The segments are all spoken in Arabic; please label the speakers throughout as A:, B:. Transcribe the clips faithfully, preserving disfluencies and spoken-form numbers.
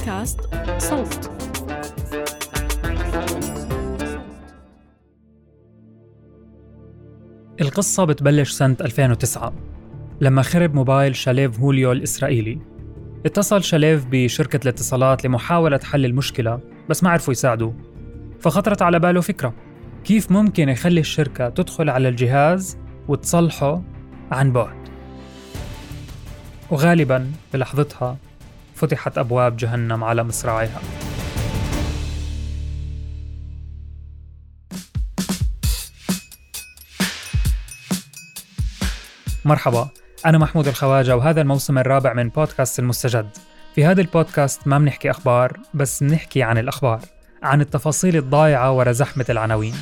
A: بودكاست صوت.
B: القصة بتبلش سنة ألفين وتسعة لما خرب موبايل شاليف هوليو الإسرائيلي. اتصل شاليف بشركة الاتصالات لمحاولة حل المشكلة، بس ما عرفوا يساعدوه. فخطرت على باله فكرة، كيف ممكن يخلي الشركة تدخل على الجهاز وتصلحه عن بعد. وغالباً بلحظتها فتحت أبواب جهنم على مصراعيها. مرحبا، أنا محمود الخواجة، وهذا الموسم الرابع من بودكاست المستجد. في هذا البودكاست ما بنحكي أخبار، بس بنحكي عن الأخبار، عن التفاصيل الضايعة وراء زحمة العناوين.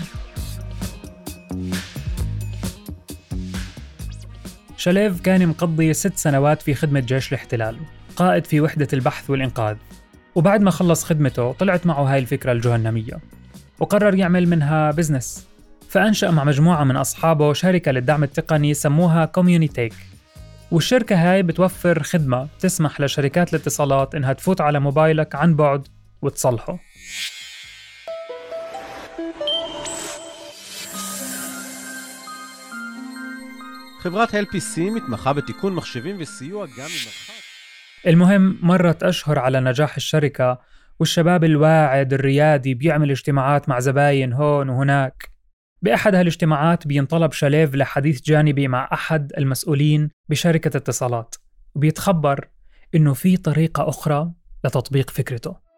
B: شاليف كان مقضي ست سنوات في خدمة جيش الاحتلال، قائد في وحدة البحث والإنقاذ. وبعد ما خلص خدمته طلعت معه هاي الفكرة الجهنمية، وقرر يعمل منها بزنس. فأنشأ مع مجموعة من أصحابه شركة للدعم التقني سموها كوميونيتيك. والشركة هاي بتوفر خدمة تسمح لشركات الاتصالات إنها تفوت على موبايلك عن بعد وتصلحه.
C: חברת אל פי סי מתמחה בתיקון מחשבים וסיוע גם ממרחק.
B: المهم مرت أشهر على نجاح الشركة، والشباب الواعد الريادي بيعمل اجتماعات مع زباين هون وهناك. بأحد هالاجتماعات بينطلب شاليف لحديث جانبي مع أحد المسؤولين بشركة اتصالات، وبيتخبر إنه في طريقة أخرى لتطبيق فكرته.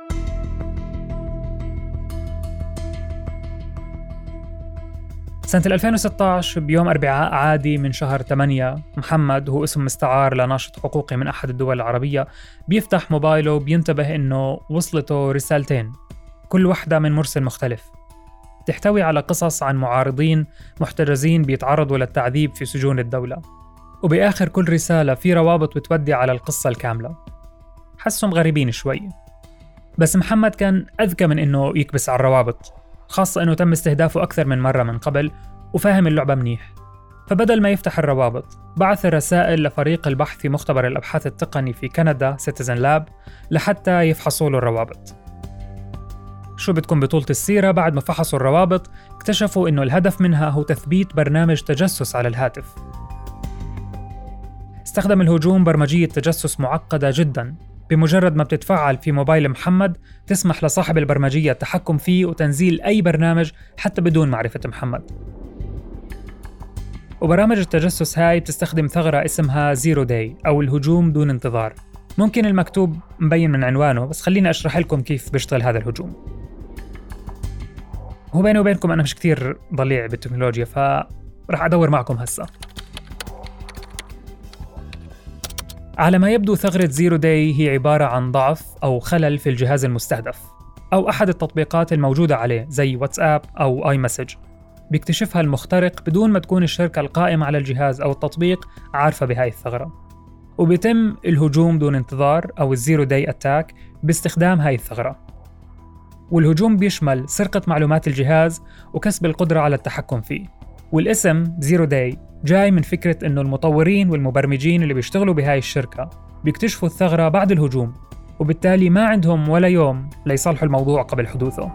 B: سنة ألفين وستة عشر بيوم أربعاء عادي من شهر ثمانية، محمد، هو اسم مستعار لناشط حقوقي من أحد الدول العربية، بيفتح موبايله وبينتبه إنه وصلته رسالتين، كل واحدة من مرسل مختلف، تحتوي على قصص عن معارضين محتجزين بيتعرضوا للتعذيب في سجون الدولة. وبآخر كل رسالة في روابط بتودي على القصة الكاملة. حسهم غريبين شوي، بس محمد كان أذكى من إنه يكبس على الروابط، خاصة إنه تم استهدافه أكثر من مرة من قبل وفاهم اللعبة منيح. فبدل ما يفتح الروابط بعث الرسائل لفريق البحث في مختبر الأبحاث التقني في كندا سيتيزن لاب لحتى يفحصوا له الروابط. شو بتكون بطولة السيرة؟ بعد ما فحصوا الروابط اكتشفوا إنه الهدف منها هو تثبيت برنامج تجسس على الهاتف. استخدم الهجوم برمجية تجسس معقدة جداً، بمجرد ما بتتفعل في موبايل محمد تسمح لصاحب البرمجية التحكم فيه وتنزيل أي برنامج حتى بدون معرفة محمد. وبرامج التجسس هاي بتستخدم ثغرة اسمها زيرو داي أو الهجوم دون انتظار. ممكن المكتوب مبين من عنوانه، بس خليني أشرح لكم كيف بيشتغل هذا الهجوم. هو بيني وبينكم أنا مش كتير ضليع بالتكنولوجيا، فرح أدور معكم هسا. على ما يبدو ثغرة زيرو داي هي عبارة عن ضعف أو خلل في الجهاز المستهدف أو أحد التطبيقات الموجودة عليه زي واتساب أو آي مسج. بيكتشفها المخترق بدون ما تكون الشركة القائمة على الجهاز أو التطبيق عارفة بهاي الثغرة، وبيتم الهجوم دون انتظار أو الزيرو داي أتاك باستخدام هاي الثغرة. والهجوم بيشمل سرقة معلومات الجهاز وكسب القدرة على التحكم فيه. والاسم زيرو داي جاي من فكرة إنه المطورين والمبرمجين اللي بيشتغلوا بهاي الشركة بيكتشفوا الثغرة بعد الهجوم، وبالتالي ما عندهم ولا يوم ليصلحوا الموضوع قبل حدوثه.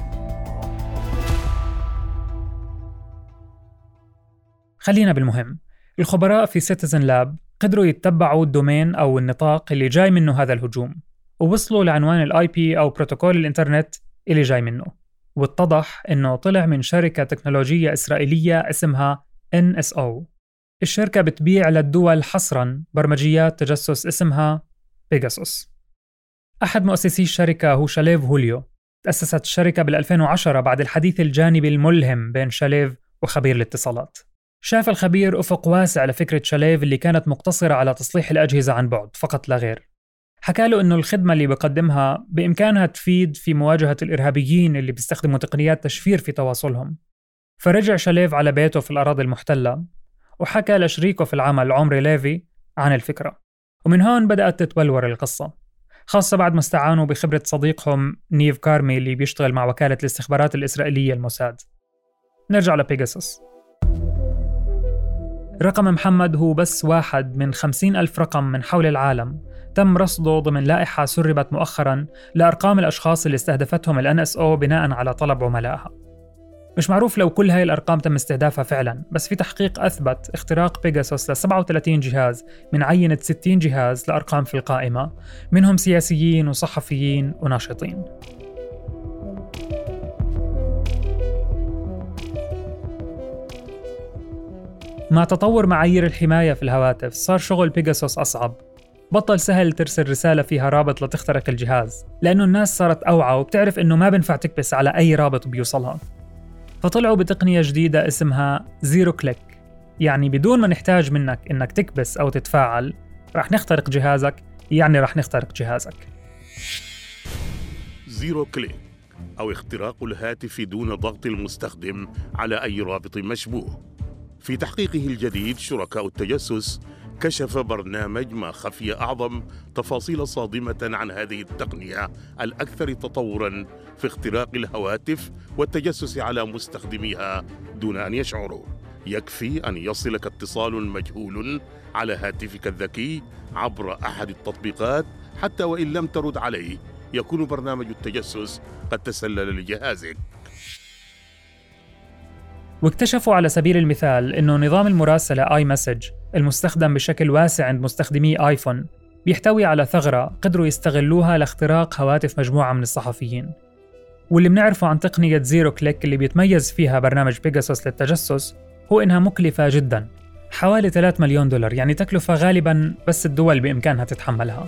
B: خلينا بالمهم. الخبراء في سيتيزن لاب قدروا يتبعوا الدومين أو النطاق اللي جاي منه هذا الهجوم، ووصلوا لعنوان الاي بي أو بروتوكول الإنترنت اللي جاي منه. واتضح إنه طلع من شركة تكنولوجية إسرائيلية اسمها إن إس أو. الشركة بتبيع للدول حصراً برمجيات تجسس اسمها بيجاسوس. أحد مؤسسي الشركة هو شاليف هوليو. تأسست الشركة بالألفين وعشرة بعد الحديث الجانبي الملهم بين شاليف وخبير الاتصالات. شاف الخبير أفق واسع لفكرة شاليف اللي كانت مقتصرة على تصليح الأجهزة عن بعد فقط لا غير. حكى له إنه الخدمة اللي بقدمها بإمكانها تفيد في مواجهة الإرهابيين اللي بيستخدموا تقنيات تشفير في تواصلهم. فرجع شاليف على بيته في الأراضي المحتلة وحكى لشريكه في العمل عمري ليفي عن الفكرة. ومن هون بدأت تتبلور القصة، خاصة بعد ما استعانوا بخبرة صديقهم نيف كارمي اللي بيشتغل مع وكالة الاستخبارات الإسرائيلية الموساد. نرجع لبيجاسوس. رقم محمد هو بس واحد من خمسين ألف رقم من حول العالم تم رصده ضمن لائحة سربت مؤخراً لأرقام الأشخاص اللي استهدفتهم ال إن إس أو بناءً على طلب عملائها. مش معروف لو كل هاي الأرقام تم استهدافها فعلاً، بس في تحقيق أثبت اختراق بيغاسوس ل سبعة وثلاثين جهاز من عينة ستين جهاز لأرقام في القائمة، منهم سياسيين وصحفيين وناشطين. مع تطور معايير الحماية في الهواتف صار شغل بيغاسوس أصعب. بطل سهل ترسل رسالة فيها رابط لتخترق الجهاز، لأنه الناس صارت أوعى وبتعرف إنه ما بنفع تكبس على أي رابط بيوصلها. فطلعوا بتقنية جديدة اسمها زيرو كليك، يعني بدون ما نحتاج منك إنك تكبس أو تتفاعل رح نخترق جهازك، يعني رح نخترق جهازك.
A: زيرو كليك أو اختراق الهاتف دون ضغط المستخدم على أي رابط مشبوه. في تحقيقه الجديد شركاء التجسس كشف برنامج ما خفي أعظم تفاصيل صادمة عن هذه التقنية الأكثر تطوراً في اختراق الهواتف والتجسس على مستخدميها دون أن يشعروا. يكفي أن يصلك اتصال مجهول على هاتفك الذكي عبر أحد التطبيقات، حتى وإن لم ترد عليه يكون برنامج التجسس قد تسلل لجهازك.
B: واكتشفوا على سبيل المثال إنه نظام المراسلة آي مسج المستخدم بشكل واسع عند مستخدمي آيفون بيحتوي على ثغرة قدروا يستغلوها لاختراق هواتف مجموعة من الصحفيين. واللي بنعرفه عن تقنية زيرو كليك اللي بيتميز فيها برنامج بيغاسوس للتجسس هو إنها مكلفة جداً، حوالي ثلاثة مليون دولار، يعني تكلفة غالباً بس الدول بإمكانها تتحملها.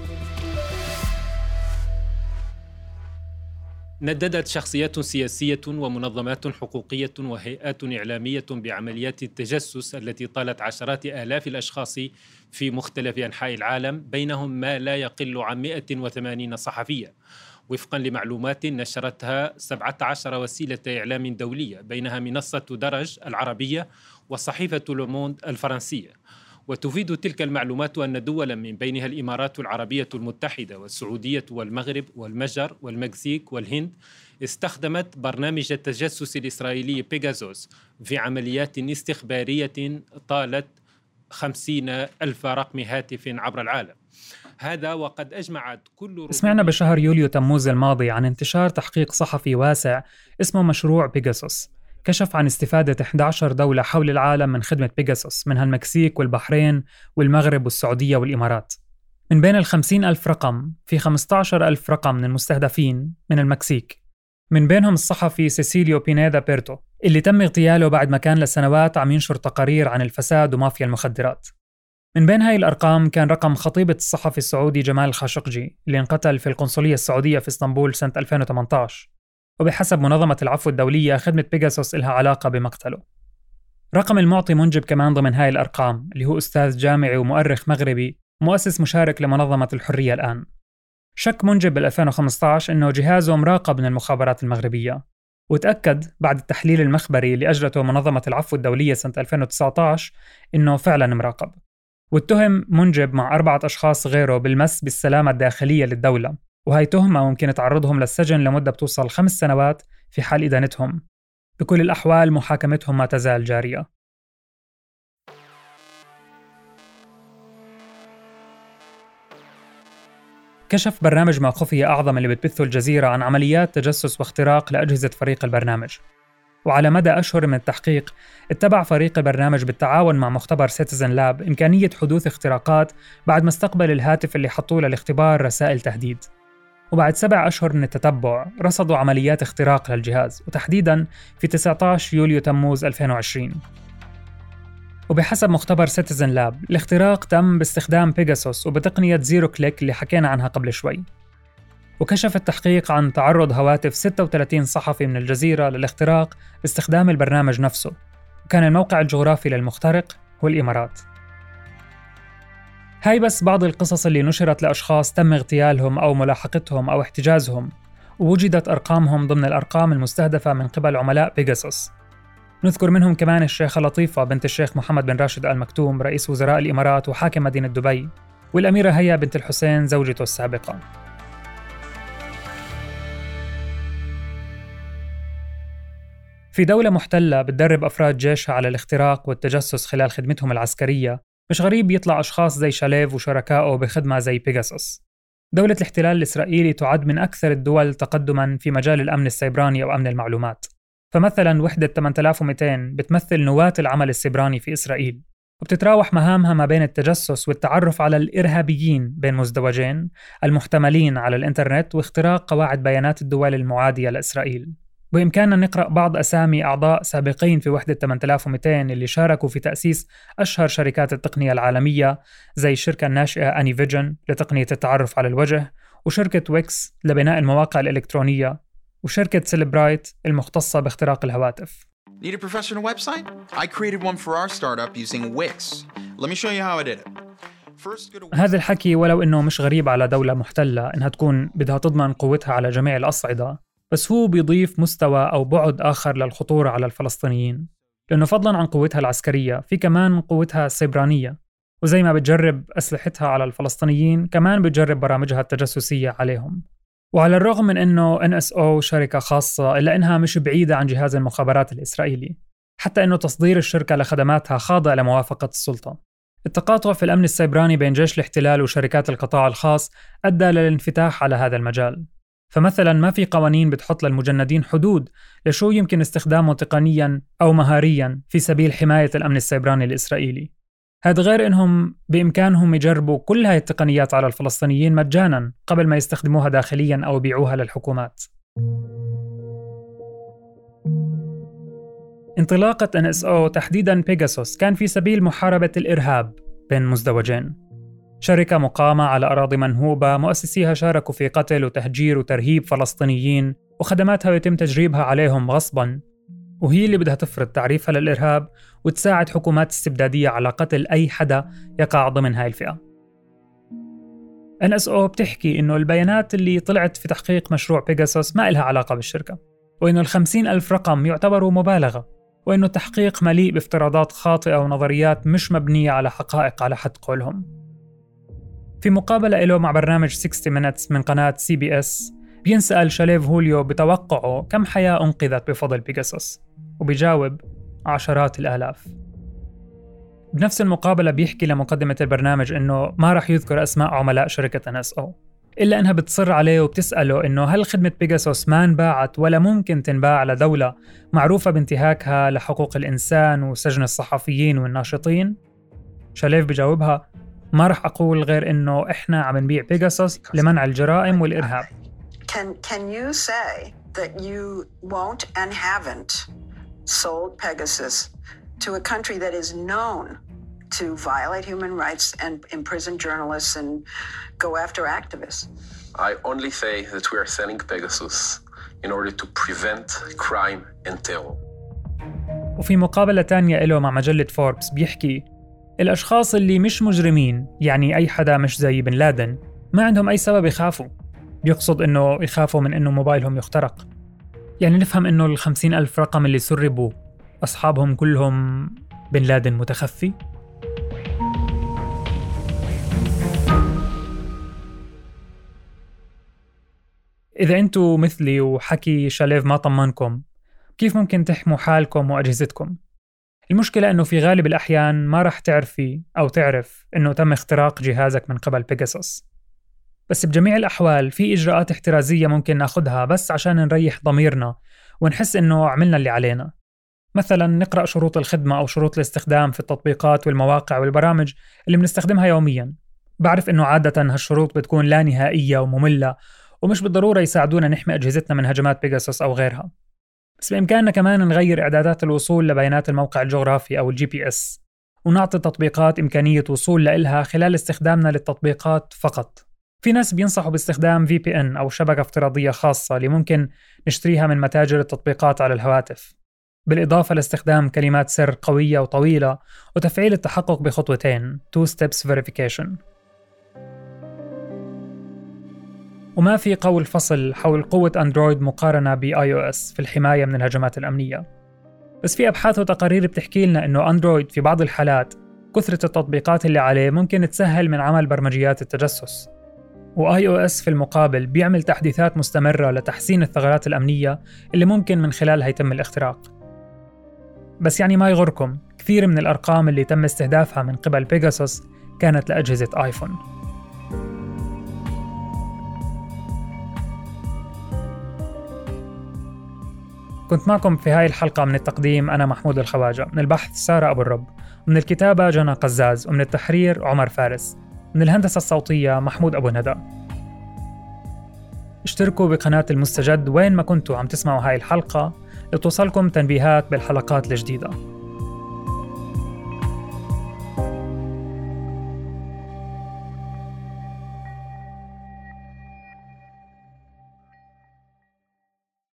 D: نددت شخصيات سياسية ومنظمات حقوقية وهيئات إعلامية بعمليات التجسس التي طالت عشرات آلاف الأشخاص في مختلف أنحاء العالم، بينهم ما لا يقل عن مئة وثمانين صحفية، وفقا لمعلومات نشرتها سبعة عشر وسيلة إعلام دولية، بينها منصة درج العربية وصحيفة لوموند الفرنسية. وتفيد تلك المعلومات أن دولا من بينها الإمارات العربية المتحدة والسعودية والمغرب والمجر والمكسيك والهند استخدمت برنامج التجسس الإسرائيلي بيغاسوس في عمليات استخبارية طالت خمسين ألف رقم هاتف عبر العالم. هذا وقد أجمعت كل
B: سمعنا بشهر يوليو تموز الماضي عن انتشار تحقيق صحفي واسع اسمه مشروع بيغاسوس، كشف عن استفادة إحدى عشرة دولة حول العالم من خدمة بيغاسوس، منها المكسيك والبحرين والمغرب والسعودية والإمارات. من بين الخمسين ألف رقم في خمسة عشر ألف رقم من المستهدفين من المكسيك، من بينهم الصحفي سيسيليو بينيدا بيرتو اللي تم اغتياله بعد ما كان لسنوات عم ينشر تقارير عن الفساد ومافيا المخدرات. من بين هاي الأرقام كان رقم خطيبة الصحفي السعودي جمال الخاشقجي اللي انقتل في القنصلية السعودية في اسطنبول سنة ألفين وثمانية عشر، وبحسب منظمة العفو الدولية خدمة بيغاسوس إلها علاقة بمقتله. رقم المعطي منجب كمان ضمن هاي الأرقام اللي هو أستاذ جامعي ومؤرخ مغربي مؤسس مشارك لمنظمة الحرية الآن. شك منجب بال ألفين وخمسة عشر إنه جهازه مراقب من المخابرات المغربية، وتأكد بعد التحليل المخبري اللي أجرته منظمة العفو الدولية سنة ألفين وتسعة عشر إنه فعلا مراقب. واتهم منجب مع أربعة أشخاص غيره بالمس بالسلامة الداخلية للدولة، وهي تهمة ممكن تعرضهم للسجن لمدة بتوصل خمس سنوات في حال إدانتهم. بكل الأحوال محاكمتهم ما تزال جارية. كشف برنامج ما خفي أعظم اللي بتبثه الجزيرة عن عمليات تجسس واختراق لأجهزة فريق البرنامج. وعلى مدى أشهر من التحقيق اتبع فريق البرنامج بالتعاون مع مختبر سيتيزن لاب إمكانية حدوث اختراقات بعد ما استقبل الهاتف اللي حطوه للاختبار رسائل تهديد. وبعد سبع أشهر من التتبع رصدوا عمليات اختراق للجهاز، وتحديداً في تسعة عشر يوليو تموز ألفين وعشرين. وبحسب مختبر سيتيزن لاب الاختراق تم باستخدام بيغاسوس وبتقنية زيرو كليك اللي حكينا عنها قبل شوي. وكشف التحقيق عن تعرض هواتف ستة وثلاثين صحفي من الجزيرة للاختراق باستخدام البرنامج نفسه، وكان الموقع الجغرافي للمخترق هو الإمارات. هاي بس بعض القصص اللي نشرت لأشخاص تم اغتيالهم أو ملاحقتهم أو احتجازهم، ووجدت أرقامهم ضمن الأرقام المستهدفة من قبل عملاء بيغاسوس. نذكر منهم كمان الشيخة لطيفة بنت الشيخ محمد بن راشد آل مكتوم رئيس وزراء الإمارات وحاكم مدينة دبي، والأميرة هيا بنت الحسين زوجته السابقة. في دولة محتلة بتدرب أفراد جيشها على الاختراق والتجسس خلال خدمتهم العسكرية، مش غريب يطلع أشخاص زي شاليف وشركائه بخدمة زي بيغاسوس. دولة الاحتلال الإسرائيلي تعد من أكثر الدول تقدماً في مجال الأمن السيبراني أو أمن المعلومات. فمثلاً وحدة ثمانية آلاف ومئتين بتمثل نواة العمل السيبراني في إسرائيل، وبتتراوح مهامها ما بين التجسس والتعرف على الإرهابيين بين مزدوجين المحتملين على الإنترنت واختراق قواعد بيانات الدول المعادية لإسرائيل. بإمكاننا نقرأ بعض أسامي أعضاء سابقين في وحدة ثمانية آلاف ومئتين اللي شاركوا في تأسيس أشهر شركات التقنية العالمية زي الشركة الناشئة أني فيجن لتقنية التعرف على الوجه، وشركة ويكس لبناء المواقع الإلكترونية، وشركة سيلبرايت المختصة باختراق الهواتف.
E: Need a professional website? I created one for our startup using Wix. Let me show you how I did it. First, go to...
B: هذا الحكي ولو إنه مش غريب على دولة محتلة إنها تكون بدها تضمن قوتها على جميع الأصعدة، بس هو بيضيف مستوى أو بعد آخر للخطورة على الفلسطينيين، لأنه فضلاً عن قوتها العسكرية في كمان قوتها السيبرانية، وزي ما بتجرب أسلحتها على الفلسطينيين كمان بتجرب برامجها التجسسية عليهم. وعلى الرغم من أنه إن إس أو شركة خاصة إلا أنها مش بعيدة عن جهاز المخابرات الإسرائيلي، حتى أنه تصدير الشركة لخدماتها خاضع لموافقة السلطة. التقاطع في الأمن السيبراني بين جيش الاحتلال وشركات القطاع الخاص أدى للانفتاح على هذا المجال. فمثلا ما في قوانين بتحط للمجندين حدود لشو يمكن استخدامه تقنيا أو مهاريا في سبيل حماية الأمن السيبراني الإسرائيلي. هذا غير إنهم بإمكانهم يجربوا كل هاي التقنيات على الفلسطينيين مجانا قبل ما يستخدموها داخليا أو يبيعوها للحكومات. انطلاقة إن إس أو تحديدا بيغاسوس كان في سبيل محاربة الإرهاب بين مزدوجين، شركة مقامة على أراضي منهوبة مؤسسيها شاركوا في قتل وتهجير وترهيب فلسطينيين، وخدماتها يتم تجريبها عليهم غصباً، وهي اللي بدها تفرض تعريفها للإرهاب وتساعد حكومات استبدادية على قتل أي حدا يقع ضمن هاي الفئة. إن إس أو بتحكي إنه البيانات اللي طلعت في تحقيق مشروع بيغاسوس ما إلها علاقة بالشركة، وإنه الخمسين ألف رقم يعتبروا مبالغة، وإنه التحقيق مليء بافتراضات خاطئة ونظريات مش مبنية على حقائق على حد قولهم. في مقابلة له مع برنامج ستين مينتس من قناة سي بي إس بينسأل شاليف هوليو بتوقعه كم حياة أنقذت بفضل بيغاسوس، وبيجاوب عشرات الآلاف. بنفس المقابلة بيحكي لمقدمة البرنامج إنه ما رح يذكر أسماء عملاء شركة إن إس أو، إلا أنها بتصر عليه وبتسأله إنه هل خدمة بيغاسوس ما انباعت ولا ممكن تنباع لدولة معروفة بانتهاكها لحقوق الإنسان وسجن الصحفيين والناشطين؟ شاليف بيجاوبها ما رح أقول غير إنه إحنا عم نبيع بيغاسوس لمنع الجرائم والإرهاب.
F: Can, can you say that you won't and haven't sold Pegasus to a country that is known to violate human rights and imprison journalists and go after activists?
G: I only say that we are selling Pegasus in order to prevent crime and terror.
B: وفي مقابلة تانية له مع مجلة فوربس بيحكي الأشخاص اللي مش مجرمين، يعني أي حدا مش زي بن لادن، ما عندهم أي سبب يخافوا. بيقصد إنه يخافوا من إنه موبايلهم يخترق. يعني نفهم إنه الخمسين ألف رقم اللي سربوا أصحابهم كلهم بن لادن متخفي. إذا أنتوا مثلي وحكي شاليف ما طمنكم، كيف ممكن تحموا حالكم وأجهزتكم؟ المشكلة إنه في غالب الأحيان ما رح تعرفي أو تعرف إنه تم اختراق جهازك من قبل بيغاسوس. بس بجميع الأحوال في إجراءات احترازية ممكن ناخدها بس عشان نريح ضميرنا ونحس إنه عملنا اللي علينا. مثلا نقرأ شروط الخدمة أو شروط الاستخدام في التطبيقات والمواقع والبرامج اللي بنستخدمها يوميا. بعرف إنه عادة هالشروط بتكون لا نهائية ومملة ومش بالضرورة يساعدونا نحمي أجهزتنا من هجمات بيغاسوس أو غيرها، بس بإمكاننا كمان نغير إعدادات الوصول لبيانات الموقع الجغرافي أو الجي بي إس، ونعطي التطبيقات إمكانية وصول لإلها خلال استخدامنا للتطبيقات فقط. في ناس بينصحوا باستخدام في بي إن أو شبكة افتراضية خاصة اللي ممكن نشتريها من متاجر التطبيقات على الهواتف، بالإضافة لاستخدام كلمات سر قوية وطويلة وتفعيل التحقق بخطوتين two steps verification. وما في قول فصل حول قوة أندرويد مقارنة بآي أو إس في الحماية من الهجمات الأمنية، بس في أبحاث وتقارير بتحكي لنا إنه أندرويد في بعض الحالات كثرة التطبيقات اللي عليه ممكن تسهل من عمل برمجيات التجسس، وآي أو إس في المقابل بيعمل تحديثات مستمرة لتحسين الثغرات الأمنية اللي ممكن من خلالها يتم الاختراق. بس يعني ما يغركم، كثير من الأرقام اللي تم استهدافها من قبل بيغاسوس كانت لأجهزة آيفون. كنت معكم في هاي الحلقة من التقديم أنا محمود الخواجة، من البحث سارة أبو الرب، ومن الكتابة جنى قزاز، ومن التحرير عمر فارس، من الهندسة الصوتية محمود أبو ندى. اشتركوا بقناة المستجد وين ما كنتوا عم تسمعوا هاي الحلقة لتوصلكم تنبيهات بالحلقات الجديدة.